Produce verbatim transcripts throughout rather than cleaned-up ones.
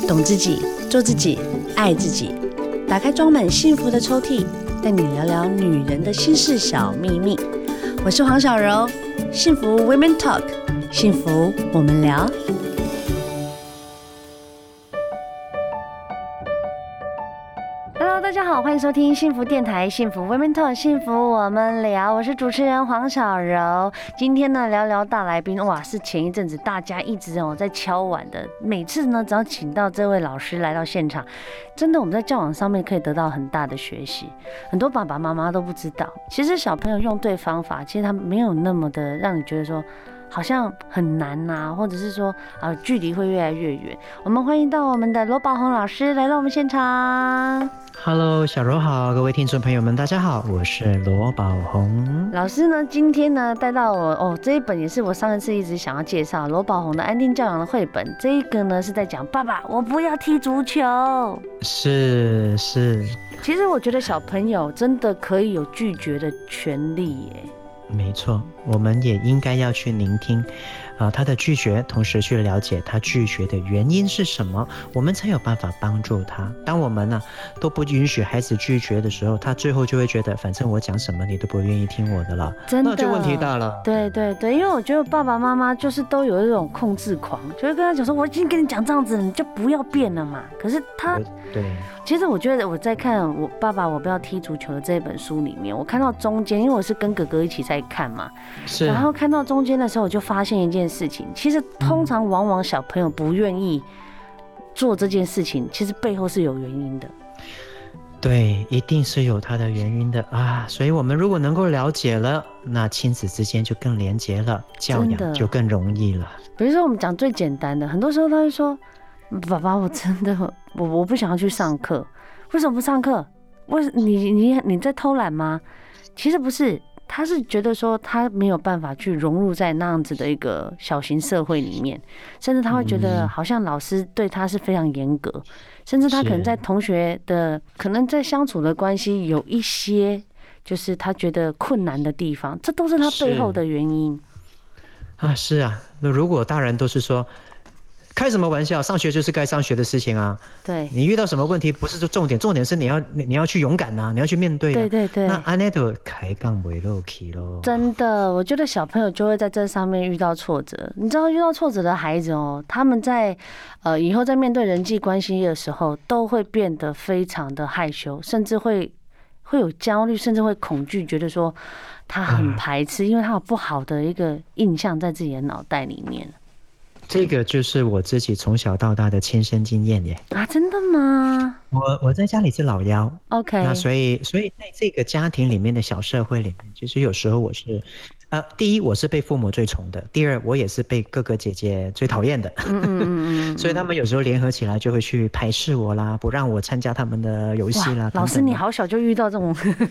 懂自己，做自己，爱自己。打开装满幸福的抽屉，带你聊聊女人的心事小秘密。我是黄小柔，幸福 Women Talk， 幸福我们聊。Hello， 大家好，欢迎收听幸福电台，幸福 Women Talk， 幸福我们聊。我是主持人黄小柔。今天呢，聊聊大来宾，哇，是前一阵子大家一直哦在敲碗的。每次呢，只要请到这位老师来到现场，真的我们在教养上面可以得到很大的学习。很多爸爸妈妈都不知道，其实小朋友用对方法，其实他没有那么的让你觉得说好像很难呐、啊，或者是说啊距离会越来越远。我们欢迎到我们的罗宝红老师来到我们现场。 Hello， 小柔好，各位听众朋友们，大家好，我是罗宝红老师呢。今天呢带到我哦，这一本也是我上一次一直想要介绍罗宝红的安定教养的绘本。这一个呢是在讲爸爸，我不要踢足球。 是是， 其实我觉得小朋友真的可以有拒绝的权利耶。 没错，我们也应该要去聆听呃，他的拒绝，同时去了解他拒绝的原因是什么，我们才有办法帮助他。当我们呢、啊、都不允许孩子拒绝的时候，他最后就会觉得反正我讲什么你都不愿意听我的了，真的那就问题大了。 对对对，因为我觉得爸爸妈妈就是都有一种控制狂，就会跟他讲说我已经跟你讲这样子了，你就不要变了嘛。可是他对， 其实我觉得我在看我爸爸我不要踢足球的这一本书里面，我看到中间，因为我是跟哥哥一起在看嘛，是，然后看到中间的时候，我就发现一件事情，其实通常往往小朋友不愿意做这件事情，其实背后是有原因的。 对，一定是有它的原因的啊！所以我们如果能够了解了，那亲子之间就更连结了，教养就更容易了。 比如说我们讲最简单的，很多时候他会说：“爸爸，我真的我我不想要去上课，为什么不上课？为你你你在偷懒吗？”其实不是。他是觉得说他没有办法去融入在那样子的一个小型社会里面，甚至他会觉得好像老师对他是非常严格，甚至他可能在同学的可能在相处的关系有一些就是他觉得困难的地方，这都是他背后的原因啊。是啊，如果大人都是说开什么玩笑，上学就是该上学的事情啊。对，你遇到什么问题不是重点，重点是你要你要去勇敢啊，你要去面对、啊。对对对。那安内都开杠为漏气咯。 真的，我觉得小朋友就会在这上面遇到挫折。你知道，遇到挫折的孩子哦，他们在呃以后在面对人际关系的时候，都会变得非常的害羞，甚至会会有焦虑，甚至会恐惧，觉得说他很排斥，因为他有不好的一个印象在自己的脑袋里面。 这个就是我自己从小到大的亲身经验耶。 啊，真的吗？ 我我在家里是老幺 ，OK， 那所以所以在这个家庭里面的小社会里面，其实有时候我是，呃，第一我是被父母最宠的，第二我也是被哥哥姐姐最讨厌的，嗯嗯嗯嗯，所以他们有时候联合起来就会去排斥我啦，不让我参加他们的游戏啦。 老师，你好小就遇到这种，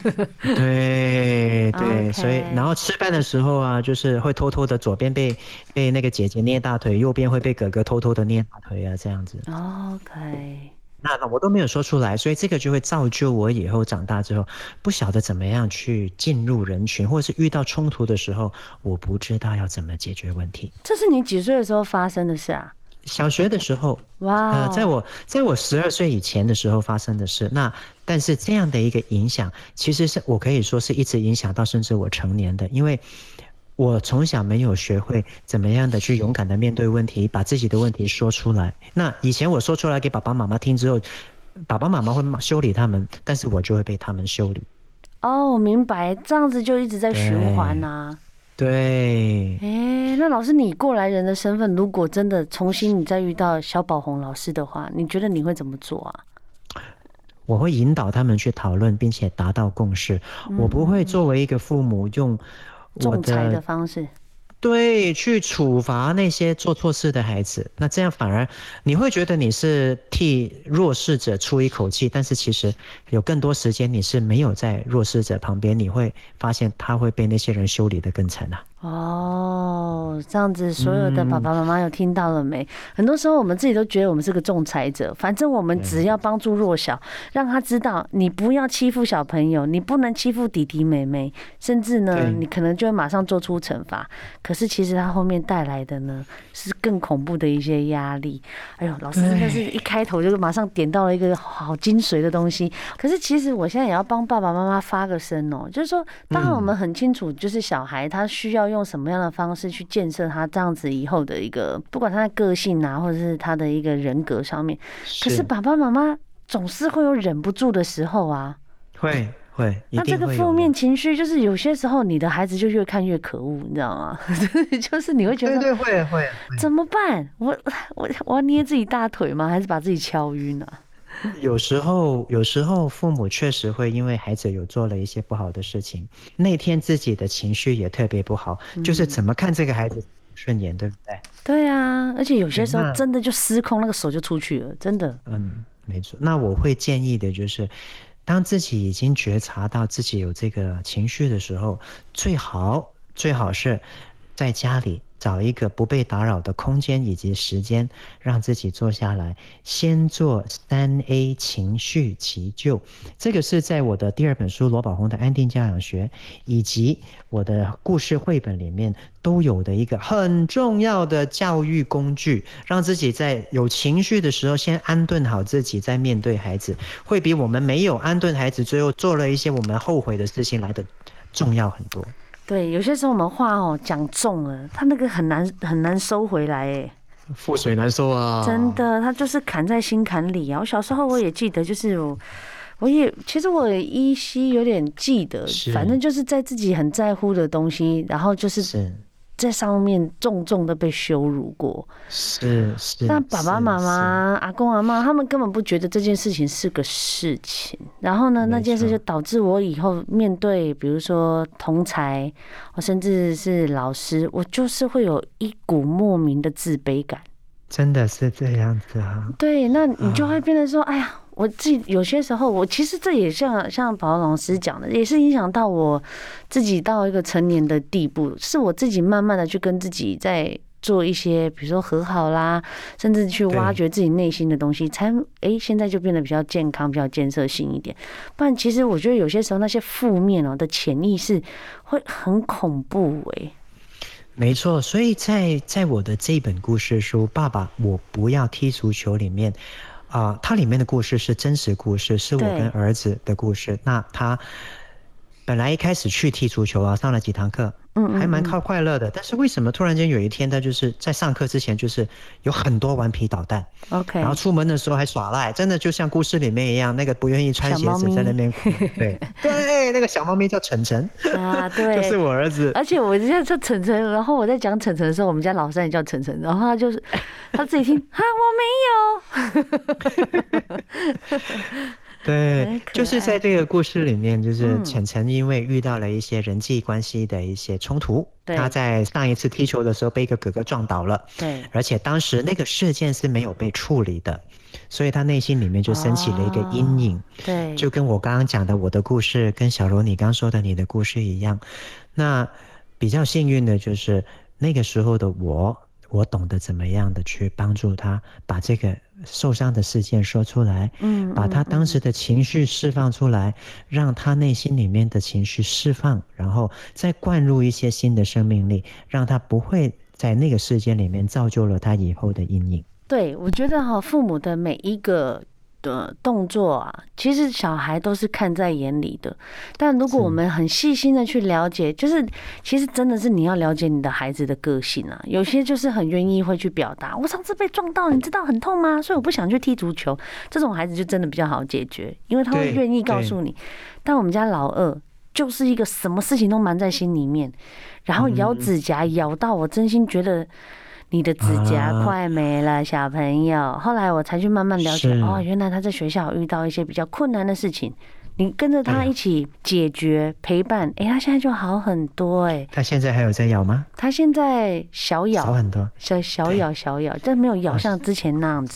对对， okay. 所以然后吃饭的时候啊，就是会偷偷的左边被被那个姐姐捏大腿，右边会被哥哥偷偷的捏大腿啊，这样子。 OK。 那我都没有说出来，所以这个就会造就我以后长大之后不晓得怎么样去进入人群，或者是遇到冲突的时候，我不知道要怎么解决问题。 这是你几岁的时候发生的事啊？ 小学的时候，哇、呃，在我在我十二岁以前的时候发生的事。那但是这样的一个影响，其实是我可以说是一直影响到甚至我成年的，因为我从小没有学会怎么样的去勇敢的面对问题，把自己的问题说出来。那以前我说出来给爸爸妈妈听之后，爸爸妈妈会修理他们，但是我就会被他们修理。 哦，我明白，这样子就一直在循环啊。 对。 哎、欸，那老师，你过来人的身份，如果真的重新你再遇到小宝红老师的话，你觉得你会怎么做啊？ 我会引导他们去讨论，并且达到共识。嗯、我不会作为一个父母用仲裁的方式， 对，去处罚那些做错事的孩子。那这样反而你会觉得你是替弱势者出一口气，但是其实有更多时间你是没有在弱势者旁边，你会发现他会被那些人修理得更惨啊。 哦，这样子，所有的爸爸妈妈有听到了没？嗯、很多时候我们自己都觉得我们是个仲裁者，反正我们只要帮助弱小，让他知道你不要欺负小朋友，你不能欺负弟弟妹妹，甚至呢，你可能就会马上做出惩罚。可是其实他后面带来的呢，是更恐怖的一些压力。哎呦，老师真的是一开头就马上点到了一个好精髓的东西。可是其实我现在也要帮爸爸妈妈发个声哦，就是说，当然我们很清楚，就是小孩他需要用什么样的方式去建设他这样子以后的一个，不管他的个性啊，或者是他的一个人格上面。可是爸爸妈妈总是会有忍不住的时候啊， 会会。 那这个负面情绪，就是有些时候你的孩子就越看越可恶，你知道吗？就是你会觉得， 对对会会， 怎么办？我我我要捏自己大腿吗？还是把自己敲晕啊？ 有时候，有时候父母确实会因为孩子有做了一些不好的事情，那天自己的情绪也特别不好，嗯、就是怎么看这个孩子顺眼，对不对？ 对啊，而且有些时候真的就失控，那个手就出去了，真的。 嗯，没错。那我会建议的就是，当自己已经觉察到自己有这个情绪的时候，最好最好是在家里找一个不被打扰的空间以及时间，让自己坐下来，先做三 A 情绪急救。这个是在我的第二本书罗宝红的安定教养学以及我的故事绘本里面都有的一个很重要的教育工具，让自己在有情绪的时候先安顿好自己，再面对孩子，会比我们没有安顿孩子最后做了一些我们后悔的事情来的重要很多。 对，有些时候我们话哦讲重了，他那个很难很难收回来哎， 覆水难收啊！ 真的，他就是砍在心坎里啊。我小时候我也记得，就是我，我也其实我依稀有点记得，反正就是在自己很在乎的东西，然后就是在上面重重的被羞辱过。 是是。 那爸爸妈妈、阿公阿嬷他们根本不觉得这件事情是个事情，然后呢，那件事就导致我以后面对，比如说同侪，甚至是老师，我就是会有一股莫名的自卑感。 真的是这样子啊。 对，那你就会变得说，哎呀。我自己有些时候，我其实这也像像宝宝老师讲的，也是影响到我自己到一个成年的地步，是我自己慢慢的去跟自己在做一些，比如说和好啦，甚至去挖掘自己内心的东西，才哎、欸、现在就变得比较健康、比较建设性一点。不然，其实我觉得有些时候那些负面哦的潜意识会很恐怖哎、欸。 没错，所以在在我的这本故事书《爸爸，我不要踢足球》里面。啊、呃，它里面的故事是真实故事，是我跟儿子的故事。那他本来一开始去踢足球啊，上了几堂课，嗯，还蛮靠快乐的。但是为什么突然间有一天，他就是在上课之前，就是有很多顽皮捣蛋 ，OK， 然后出门的时候还耍赖，真的就像故事里面一样，那个不愿意穿鞋子在那边哭，对对，那个小猫咪叫晨晨啊，对， 就是我儿子。 而且我现在叫晨晨，然后我在讲晨晨的时候，我们家老三也叫晨晨，然后他就是他自己听啊，我没有。 对，就是在这个故事里面，就是晨晨因为遇到了一些人际关系的一些冲突，嗯、他在上一次踢球的时候被一个哥哥撞倒了， 对， 而且当时那个事件是没有被处理的，所以他内心里面就升起了一个阴影， 哦、对， 就跟我刚刚讲的我的故事，跟小柔你刚说的你的故事一样。那比较幸运的就是那个时候的我。我懂得怎么样的去帮助他把这个受伤的事件说出来，嗯，把他当时的情绪释放出来，让他内心里面的情绪释放，然后再灌入一些新的生命力，让他不会在那个事件里面造就了他以后的阴影。 对，我觉得哈，父母的每一个的动作啊，其实小孩都是看在眼里的。但如果我们很细心的去了解，就是其实真的是你要了解你的孩子的个性啊。有些就是很愿意会去表达，我上次被撞到，你知道很痛吗？所以我不想去踢足球。这种孩子就真的比较好解决，因为他会愿意告诉你。但我们家老二就是一个什么事情都瞒在心里面，然后咬指甲咬到我真心觉得。你的指甲快没了，啊、小朋友。后来我才去慢慢了解，哦，原来他在学校遇到一些比较困难的事情，你跟着他一起解决、陪伴，哎、欸，他现在就好很多、欸，哎。 他现在还有在咬吗？ 他现在小咬， 少很多， 小小咬小咬，但没有咬像之前那样子了。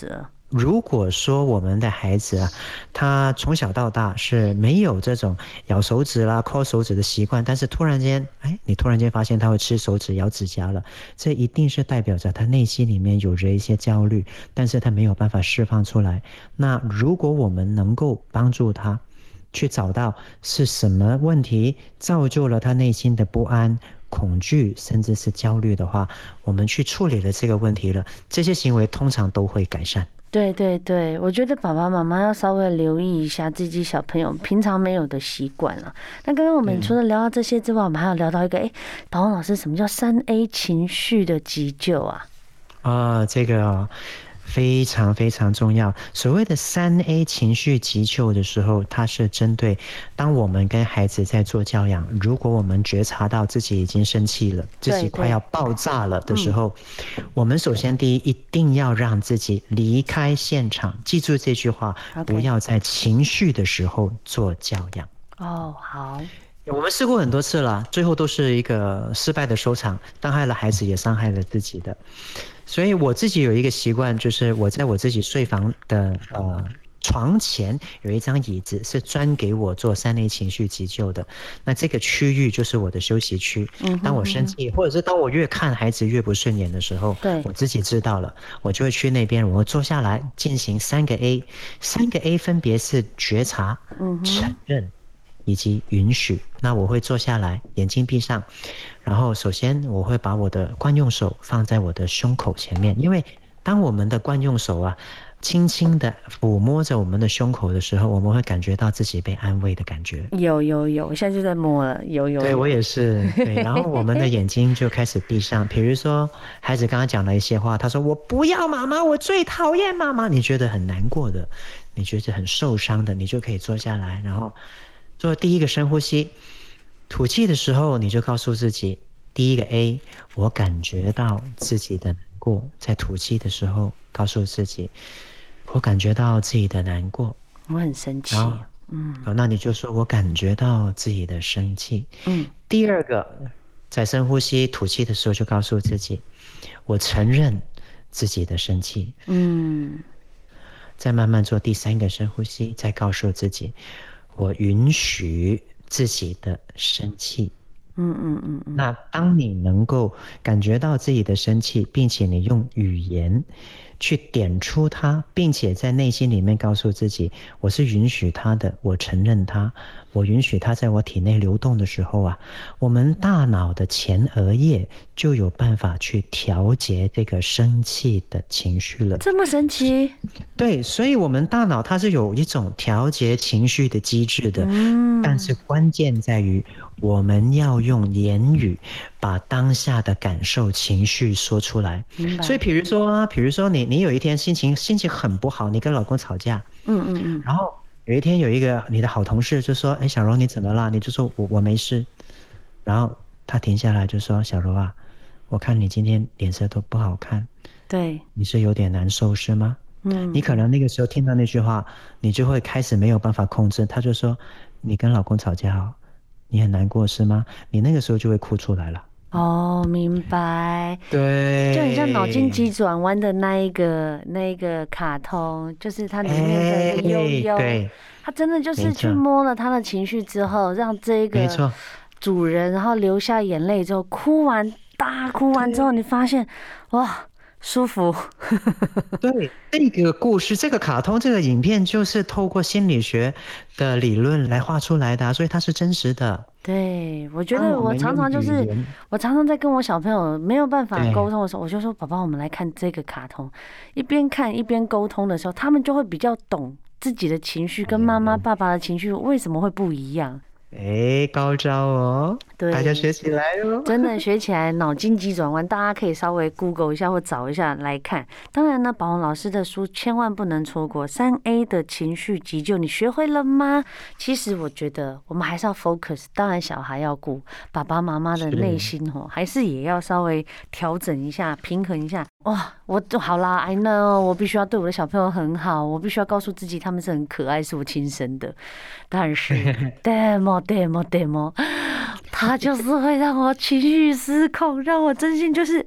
如果说我们的孩子啊，他从小到大是没有这种咬手指啦、抠手指的习惯，但是突然间，哎，你突然间发现他会吃手指、咬指甲了，这一定是代表着他内心里面有着一些焦虑，但是他没有办法释放出来。那如果我们能够帮助他去找到是什么问题造就了他内心的不安、恐惧，甚至是焦虑的话，我们去处理了这个问题了，这些行为通常都会改善。 对对对，我觉得爸爸妈妈要稍微留意一下自己小朋友平常没有的习惯了。那刚刚我们除了聊到这些之外，我们还有聊到一个，哎，宝旺老师，什么叫三 A 情绪的急救啊？ 啊，这个哦非常非常重要。所谓的三 A 情绪急救的时候，它是针对当我们跟孩子在做教养，如果我们觉察到自己已经生气了，自己快要爆炸了的时候，嗯、我们首先第一一定要让自己离开现场，记住这句话， okay. 不要在情绪的时候做教养。 哦，好。 我们试过很多次了，最后都是一个失败的收场，伤害了孩子，也伤害了自己的。所以我自己有一个习惯，就是我在我自己睡房的呃床前有一张椅子，是专给我做三 A 情绪急救的。那这个区域就是我的休息区。当我生气，或者是当我越看孩子越不顺眼的时候，对，我自己知道了，我就会去那边，我会坐下来进行三个 A， 三个 A 分别是觉察、承认以及允许。那我会坐下来，眼睛闭上，然后首先我会把我的惯用手放在我的胸口前面，因为当我们的惯用手啊轻轻的抚摸着我们的胸口的时候，我们会感觉到自己被安慰的感觉。 有有有，我现在就在摸了，有有有。 对，我也是。对，然后我们的眼睛就开始闭上。比如说孩子刚刚讲了一些话，他说我不要妈妈，我最讨厌妈妈，你觉得很难过的，你觉得很受伤的，你就可以坐下来，然后做第一个深呼吸。吐气的时候，你就告诉自己，第一个 A， 我感觉到自己的难过。在吐气的时候，告诉自己，我感觉到自己的难过， 我很生气。 嗯，那你就说我感觉到自己的生气。嗯，第二个，在深呼吸、吐气的时候，就告诉自己，我承认自己的生气。嗯，再慢慢做第三个深呼吸，再告诉自己，我允许自己的生气。嗯嗯嗯嗯。那当你能够感觉到自己的生气，并且你用语言去点出它，并且在内心里面告诉自己，我是允许它的，我承认它，我允许它在我体内流动的时候啊，我们大脑的前额叶就有办法去调节这个生气的情绪了。 这么神奇？ 对，所以我们大脑它是有一种调节情绪的机制的。嗯，但是关键在于我们要用言语把当下的感受情绪说出来。所以比如说比如说你你有一天心情心情很不好，你跟老公吵架，嗯嗯嗯，然后有一天有一个你的好同事就说，哎，小柔你怎么了？你就说我我没事。然后他停下来就说，小柔啊，我看你今天脸色都不好看， 对， 你是有点难受是吗？嗯，你可能那个时候听到那句话，你就会开始没有办法控制。他就说，你跟老公吵架哦，你很难过是吗？你那个时候就会哭出来了。 哦，明白。 对， 就很像脑筋急转弯的那一个那一个卡通，就是它里面的悠悠，对，他真的就是去摸了他的情绪之后，让这个主人然后流下眼泪之后，哭完大哭完之后，你发现哇，舒服。 对，这个故事这个卡通这个影片就是透过心理学的理论来画出来的、啊、所以它是真实的。 对，我觉得我常常就是我常常在跟我小朋友没有办法沟通的时候，我就说宝宝我们来看这个卡通，一边看一边沟通的时候，他们就会比较懂自己的情绪跟妈妈爸爸的情绪为什么会不一样。 哎，高招哦！对，大家学起来哦！ 真的学起来，脑筋急转弯，大家可以稍微 Google 一下或找一下来看。当然呢，宝红老师的书千万不能错过。三 A 的情绪急救，你学会了吗？其实我觉得我们还是要 focus， 当然小孩要顾，爸爸妈妈的内心哦，还是也要稍微调整一下，平衡一下。哇，我就好啦 ，I know， 我必须要对我的小朋友很好，我必须要告诉自己他们是很可爱，是我亲生的。但是 demo demo demo， 他就是会让我情绪失控，让我真心就是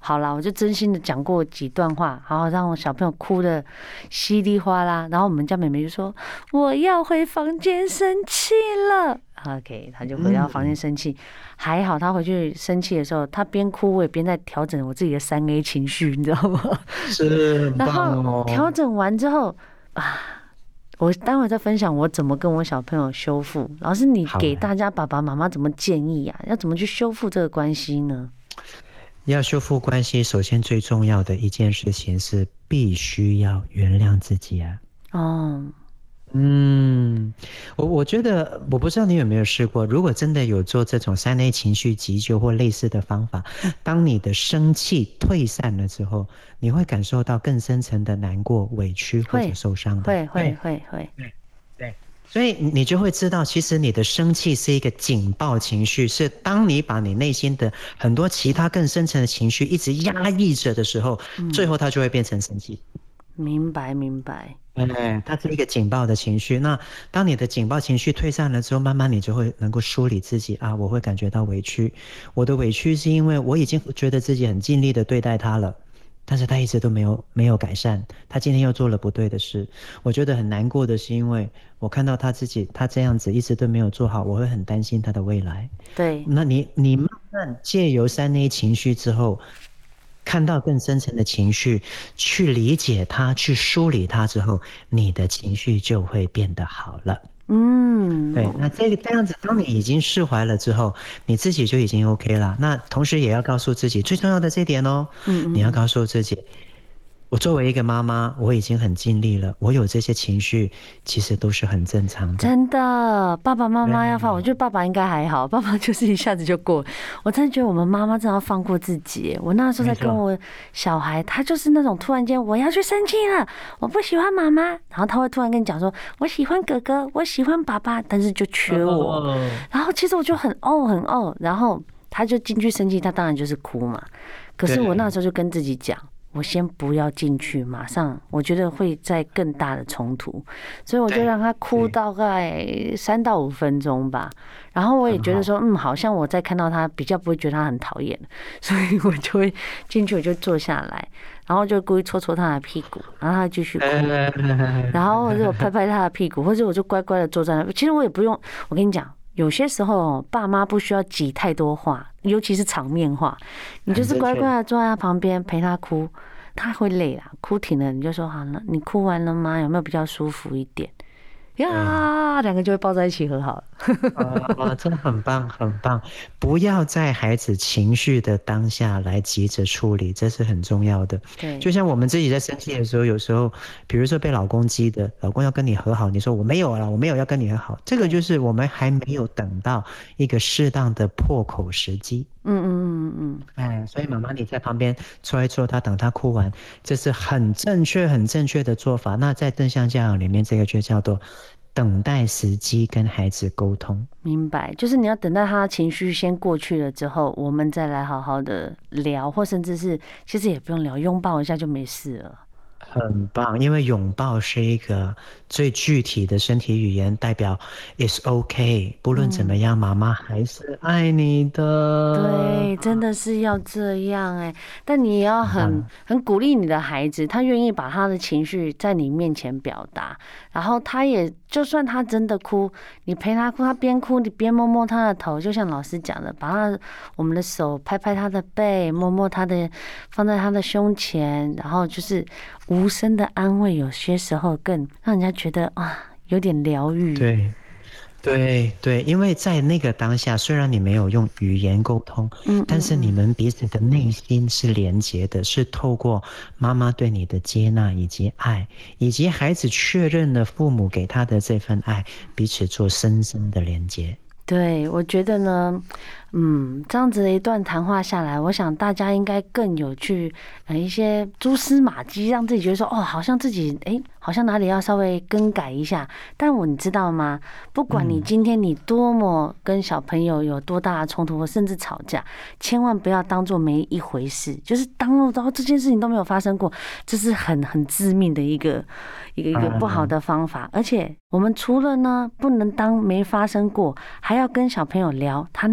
好啦，我就真心的讲过几段话，然后让我小朋友哭的稀里哗啦，然后我们家妹妹就说我要回房间生气了。OK， 他就回到房间生气，嗯、还好他回去生气的时候，他边哭我也边在调整我自己的三 A 情绪，你知道吗？ 是， 然后调整完之后啊，我待会再分享我怎么跟我小朋友修复。老师，你给大家爸爸妈妈怎么建议啊？要怎么去修复这个关系呢？ 要修复关系，首先最重要的一件事情是必须要原谅自己啊。哦。嗯，我我觉得我不知道你有没有试过，如果真的有做这种三 A 情绪急救或类似的方法，当你的生气退散了之后，你会感受到更深层的难过、委屈或者受伤的。 会会会会。 对对，所以你就会知道，其实你的生气是一个警报情绪，是当你把你内心的很多其他更深层的情绪一直压抑着的时候，嗯、最后它就会变成生气。 明白明白。 哎，它是一个警报的情绪。那当你的警报情绪退散了之后，慢慢你就会能够梳理自己啊。我会感觉到委屈，我的委屈是因为我已经觉得自己很尽力的对待他了，但是他一直都没有没有改善，他今天又做了不对的事。我觉得很难过的是，因为我看到他自己他这样子一直都没有做好，我会很担心他的未来。 对， 那你你慢慢借由三 A 情绪之后，看到更深层的情绪，去理解它，去梳理它之后，你的情绪就会变得好了。嗯，对，那这个这样子，当你已经释怀了之后，你自己就已经 OK 了。那同时也要告诉自己最重要的这点哦，嗯嗯，你要告诉自己，我作为一个妈妈，我已经很尽力了，我有这些情绪其实都是很正常的。 真的，爸爸妈妈要放，我觉得爸爸应该还好，爸爸就是一下子就过。我真的觉得我们妈妈真的要放过自己。我那时候在跟我小孩，他就是那种突然间我要去生气了，我不喜欢妈妈，然后他会突然跟你讲说我喜欢哥哥，我喜欢爸爸，但是就缺我。哦、然后其实我就很哦很哦，然后他就进去生气，他当然就是哭嘛。可是我那时候就跟自己讲，我先不要进去，马上我觉得会在更大的冲突，所以我就让他哭大概三到五分钟吧。然后我也觉得说，嗯，好像我在看到他比较不会觉得他很讨厌，所以我就会进去，我就坐下来，然后就故意戳戳他的屁股，然后他继续哭，然后或者我拍拍他的屁股，或者我就乖乖的坐在那。其实我也不用，我跟你讲。有些时候，爸妈不需要挤太多话，尤其是场面话，你就是乖乖的坐在他旁边陪他哭，他会累啦，哭停了你就说好了，你哭完了吗？有没有比较舒服一点？呀，两个就会抱在一起和好了。 啊，真的很棒，很棒！不要在孩子情绪的当下来急着处理，这是很重要的。对，就像我们自己在生气的时候，有时候，比如说被老公激的，老公要跟你和好，你说我没有了，我没有要跟你和好，这个就是我们还没有等到一个适当的破口时机。嗯嗯嗯嗯，哎，所以妈妈你在旁边戳一戳他，等他哭完，这是很正确、很正确的做法。那在正向教养里面，这个就叫做等待时机跟孩子沟通。 明白，就是你要等待他情绪先过去了之后，我们再来好好的聊，或甚至是其实也不用聊，拥抱一下就没事了。 很棒，因为拥抱是一个最具体的身体语言，代表 it's okay， 不论怎么样，嗯、妈妈还是爱你的。 对，真的是要这样哎、欸。但你也要很很鼓励你的孩子，他愿意把他的情绪在你面前表达，然后他也就算他真的哭，你陪他哭，他边哭你边摸摸他的头，就像老师讲的，把他我们的手拍拍他的背，摸摸他的，放在他的胸前，然后就是无声的安慰，有些时候更让人家觉得啊，有点疗愈。 对，对对，因为在那个当下，虽然你没有用语言沟通，嗯，但是你们彼此的内心是连结的，是透过妈妈对你的接纳以及爱，以及孩子确认了父母给他的这份爱，彼此做深深的连结。 对，我觉得呢，嗯，这样子的一段谈话下来，我想大家应该更有去呃一些蛛丝马迹，让自己觉得说，哦，好像自己哎，好像哪里要稍微更改一下。但我你知道吗？不管你今天你多么跟小朋友有多大的冲突，或甚至吵架，千万不要当做没一回事，就是当到这件事情都没有发生过，这是很很致命的一个一个一个不好的方法。而且我们除了呢不能当没发生过，还要跟小朋友聊他内心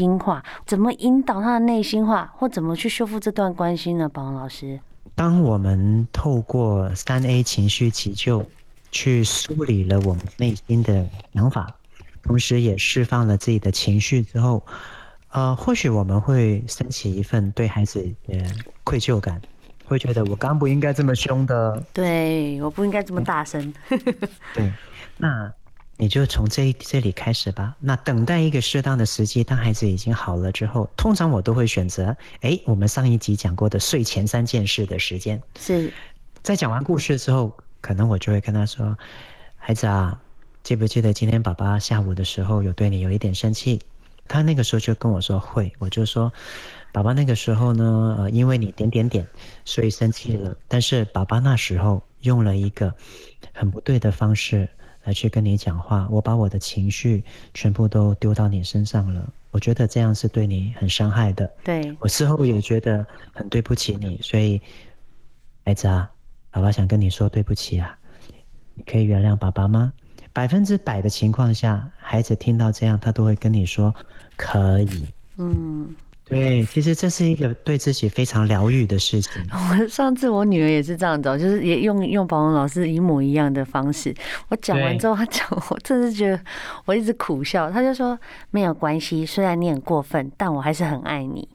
心话，怎么引导他的内心话，或怎么去修复这段关系呢？宝红老师， 当我们透过三 A 情绪急救去梳理了我们内心的想法，同时也释放了自己的情绪之后，呃，或许我们会升起一份对孩子的愧疚感，会觉得我刚不应该这么凶的， 对，我不应该这么大声。 对，那你就从这这里开始吧。那等待一个适当的时机，当孩子已经好了之后，通常我都会选择，哎，我们上一集讲过的睡前三件事的时间。 是， 在讲完故事之后，可能我就会跟他说，孩子啊，记不记得今天爸爸下午的时候有对你有一点生气？他那个时候就跟我说会，我就说，爸爸那个时候呢，呃，因为你点点点，所以生气了。但是爸爸那时候用了一个很不对的方式来去跟你讲话，我把我的情绪全部都丢到你身上了。我觉得这样是对你很伤害的。 对， 我事后也觉得很对不起你，所以孩子啊，爸爸想跟你说对不起啊，你可以原谅爸爸吗？百分之百的情况下，孩子听到这样，他都会跟你说可以。 嗯， 对，其实这是一个对自己非常疗愈的事情。 我上次我女儿也是这样子，就是也用用宝红老师一模一样的方式。我讲完之后，她讲，我真是觉得我一直苦笑。她就说没有关系，虽然你很过分，但我还是很爱你。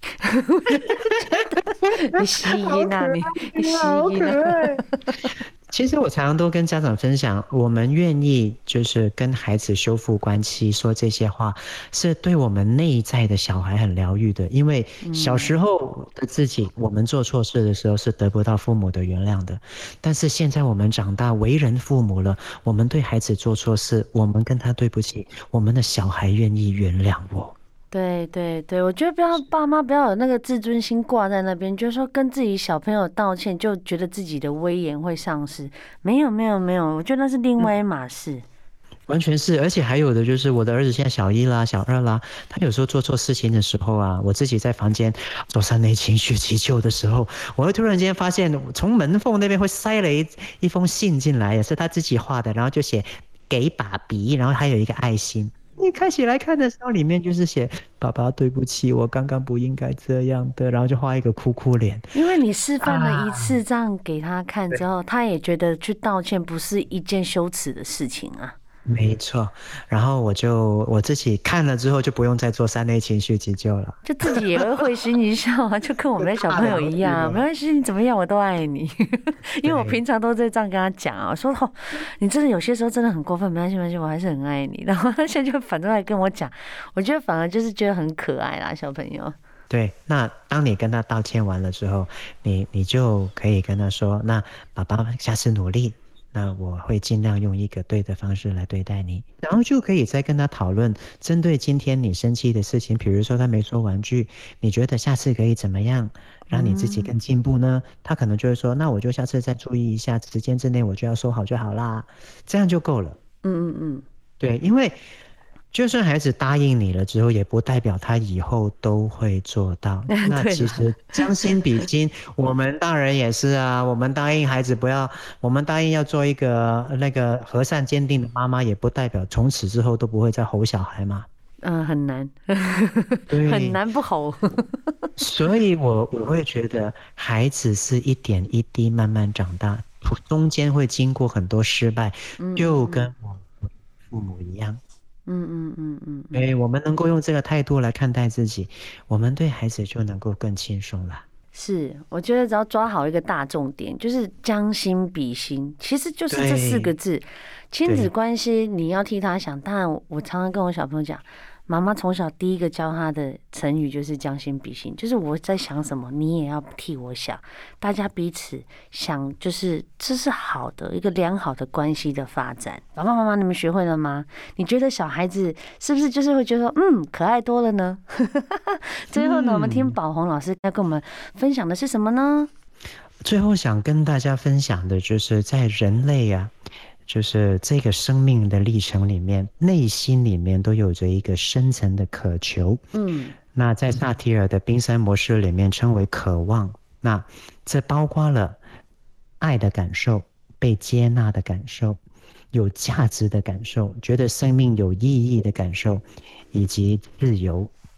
你吸音啊，你你吸音啊。 其实我常常都跟家长分享，我们愿意就是跟孩子修复关系，说这些话，是对我们内在的小孩很疗愈的。因为小时候的自己，我们做错事的时候是得不到父母的原谅的，但是现在我们长大为人父母了，我们对孩子做错事，我们跟他对不起，我们的小孩愿意原谅我。 对对对，我觉得不要爸妈不要有那个自尊心挂在那边，就是说跟自己小朋友道歉，就觉得自己的威严会丧失。没有没有没有，我觉得那是另外一码事。嗯， 完全是，而且还有的就是我的儿子现在小一啦、小二啦，他有时候做错事情的时候啊，我自己在房间做三类情绪急救的时候，我会突然间发现从门缝那边会塞了一一封信进来，也是他自己画的，然后就写给爸比，然后还有一个爱心。你开起来看的时候，里面就是写爸爸对不起，我刚刚不应该这样的，然后就画一个哭哭脸。 因为你示范了一次这样给他看之后，啊，他也觉得去道歉不是一件羞耻的事情啊。 没错，然后我就我自己看了之后就不用再做三类情绪急救了， 就自己也会会心一笑啊，就跟我们的小朋友一样，啊，没关系，你怎么样我都爱你。因为我平常都在这样跟他讲啊，我说哦，你真的有些时候真的很过分，没关系没关系，我还是很爱你。然后他现在就反过来跟我讲，我觉得反而就是觉得很可爱啦，小朋友。 对，那当你跟他道歉完了之后，你你就可以跟他说，那爸爸下次努力。那我会尽量用一个对的方式来对待你，然后就可以再跟他讨论针对今天你生气的事情，比如说他没收玩具，你觉得下次可以怎么样让你自己更进步呢？嗯，他可能就会说，那我就下次再注意一下，时间之内我就要收好就好啦，这样就够了。 嗯嗯嗯， 对，因为就算孩子答应你了之后，也不代表他以后都会做到。那其实将心比心，我们大人也是啊。我们答应孩子不要，我们答应要做一个那个和善坚定的妈妈，也不代表从此之后都不会再吼小孩嘛。 嗯，很难，很难不吼。 所以我我会觉得，孩子是一点一滴慢慢长大，中间会经过很多失败，就跟我们父母一样。嗯嗯嗯嗯，对，我们能够用这个态度来看待自己，我们对孩子就能够更轻松了。 是，我觉得只要抓好一个大重点，就是将心比心，其实就是这四个字。亲子关系你要替他想，当然我常常跟我小朋友讲，妈妈从小第一个教他的成语就是将心比心，就是我在想什么，你也要替我想，大家彼此想，就是这是好的一个良好的关系的发展。爸爸妈妈，你们学会了吗？你觉得小孩子是不是就是会觉得嗯可爱多了呢？最后呢，我们听宝红老师要跟我们分享的是什么呢？ 最后想跟大家分享的就是在人类啊。就是这个生命的历程里面，内心里面都有着一个深层的渴求。嗯，那在萨提尔的冰山模式里面称为渴望。那这包括了爱的感受、被接纳的感受、有价值的感受、觉得生命有意义的感受，以及自由。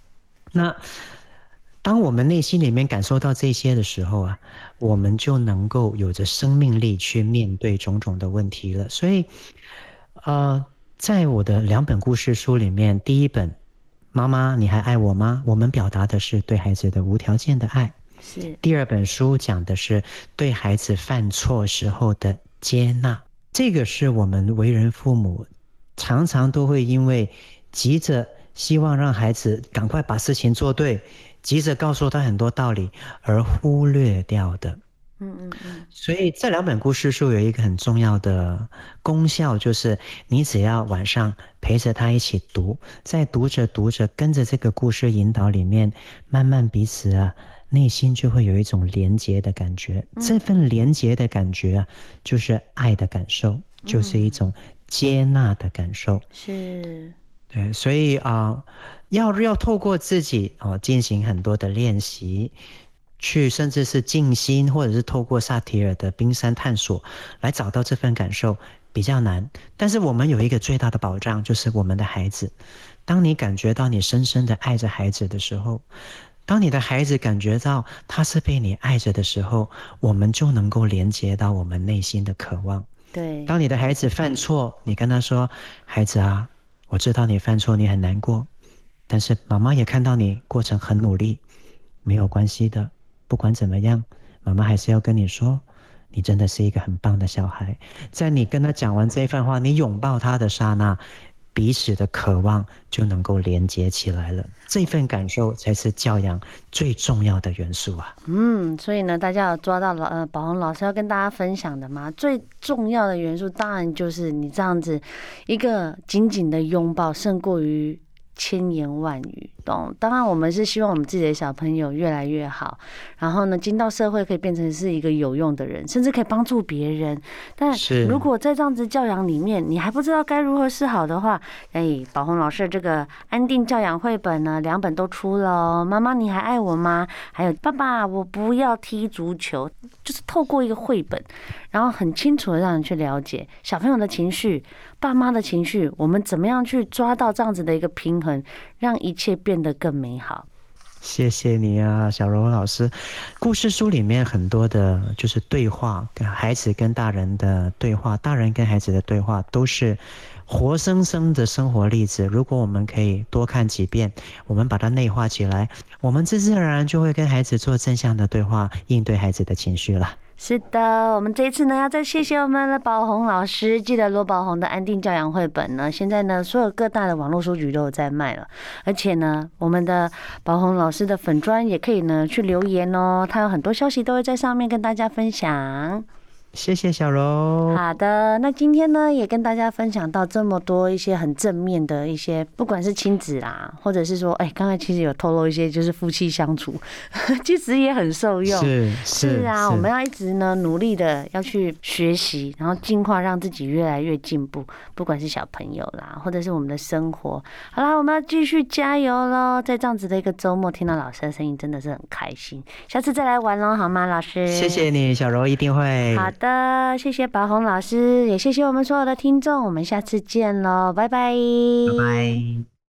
那当我们内心里面感受到这些的时候啊，我们就能够有着生命力去面对种种的问题了。所以呃，在我的两本故事书里面，第一本妈妈你还爱我吗，我们表达的是对孩子的无条件的爱。 是。 第二本书讲的是对孩子犯错时候的接纳。这个是我们为人父母常常都会因为急着希望让孩子赶快把事情做对，急着告诉他很多道理而忽略掉的。 嗯嗯嗯。 所以这两本故事书有一个很重要的功效，就是你只要晚上陪着他一起读，在读着读着跟着这个故事引导里面，慢慢彼此啊内心就会有一种连结的感觉。嗯、这份连结的感觉啊，就是爱的感受，就是一种接纳的感受。嗯、 是。 对，所以啊、呃，要要透过自己哦、呃、进行很多的练习，去甚至是静心，或者是透过萨提尔的冰山探索来找到这份感受比较难。但是我们有一个最大的保障，就是我们的孩子。当你感觉到你深深的爱着孩子的时候，当你的孩子感觉到他是被你爱着的时候，我们就能够连接到我们内心的渴望。 对。 当你的孩子犯错，你跟他说，孩子啊，我知道你犯错，你很难过，但是妈妈也看到你过程很努力，没有关系的，不管怎么样，妈妈还是要跟你说，你真的是一个很棒的小孩。在你跟他讲完这番话，你拥抱他的刹那，彼此的渴望就能够连接起来了。这份感受才是教养最重要的元素啊。 嗯，所以呢，大家有抓到了呃，宝红老师要跟大家分享的吗？最重要的元素当然就是你这样子一个紧紧的拥抱，胜过于千言万语。懂？当然，我们是希望我们自己的小朋友越来越好，然后呢，进到社会可以变成是一个有用的人，甚至可以帮助别人。但如果在这样子教养里面，你还不知道该如何是好的话，哎，宝红老师的这个安定教养绘本呢，两本都出了哦。妈妈，你还爱我吗？还有爸爸，我不要踢足球，就是透过一个绘本，然后很清楚的让人去了解小朋友的情绪、爸妈的情绪，我们怎么样去抓到这样子的一个平衡，让一切变得更美好。 谢谢你啊，小柔老师。故事书里面很多的就是对话，跟孩子跟大人的对话，大人跟孩子的对话都是活生生的生活例子。如果我们可以多看几遍，我们把它内化起来，我们自自然然就会跟孩子做正向的对话，应对孩子的情绪了。 是的，我们这一次呢要再谢谢我们的宝红老师。记得罗宝红的安定教养绘本呢，现在呢所有各大的网络书局都有在卖了，而且呢我们的宝红老师的粉专也可以呢去留言哦，他有很多消息都会在上面跟大家分享。 谢谢小柔。 好的，那今天呢也跟大家分享到这么多一些很正面的一些，不管是亲子啦，或者是说，哎，刚才其实有透露一些就是夫妻相处，其实也很受用。 是是, 是啊，我们要一直呢努力的要去学习，然后进化，让自己越来越进步，不管是小朋友啦，或者是我们的生活。好啦，我们要继续加油咯，在这样子的一个周末，听到老师的声音真的是很开心。下次再来玩咯，好吗，老师？ 谢谢你，小柔，一定会。 好的，谢谢宝红老师，也谢谢我们所有的听众，我们下次见喽，拜拜， 拜拜。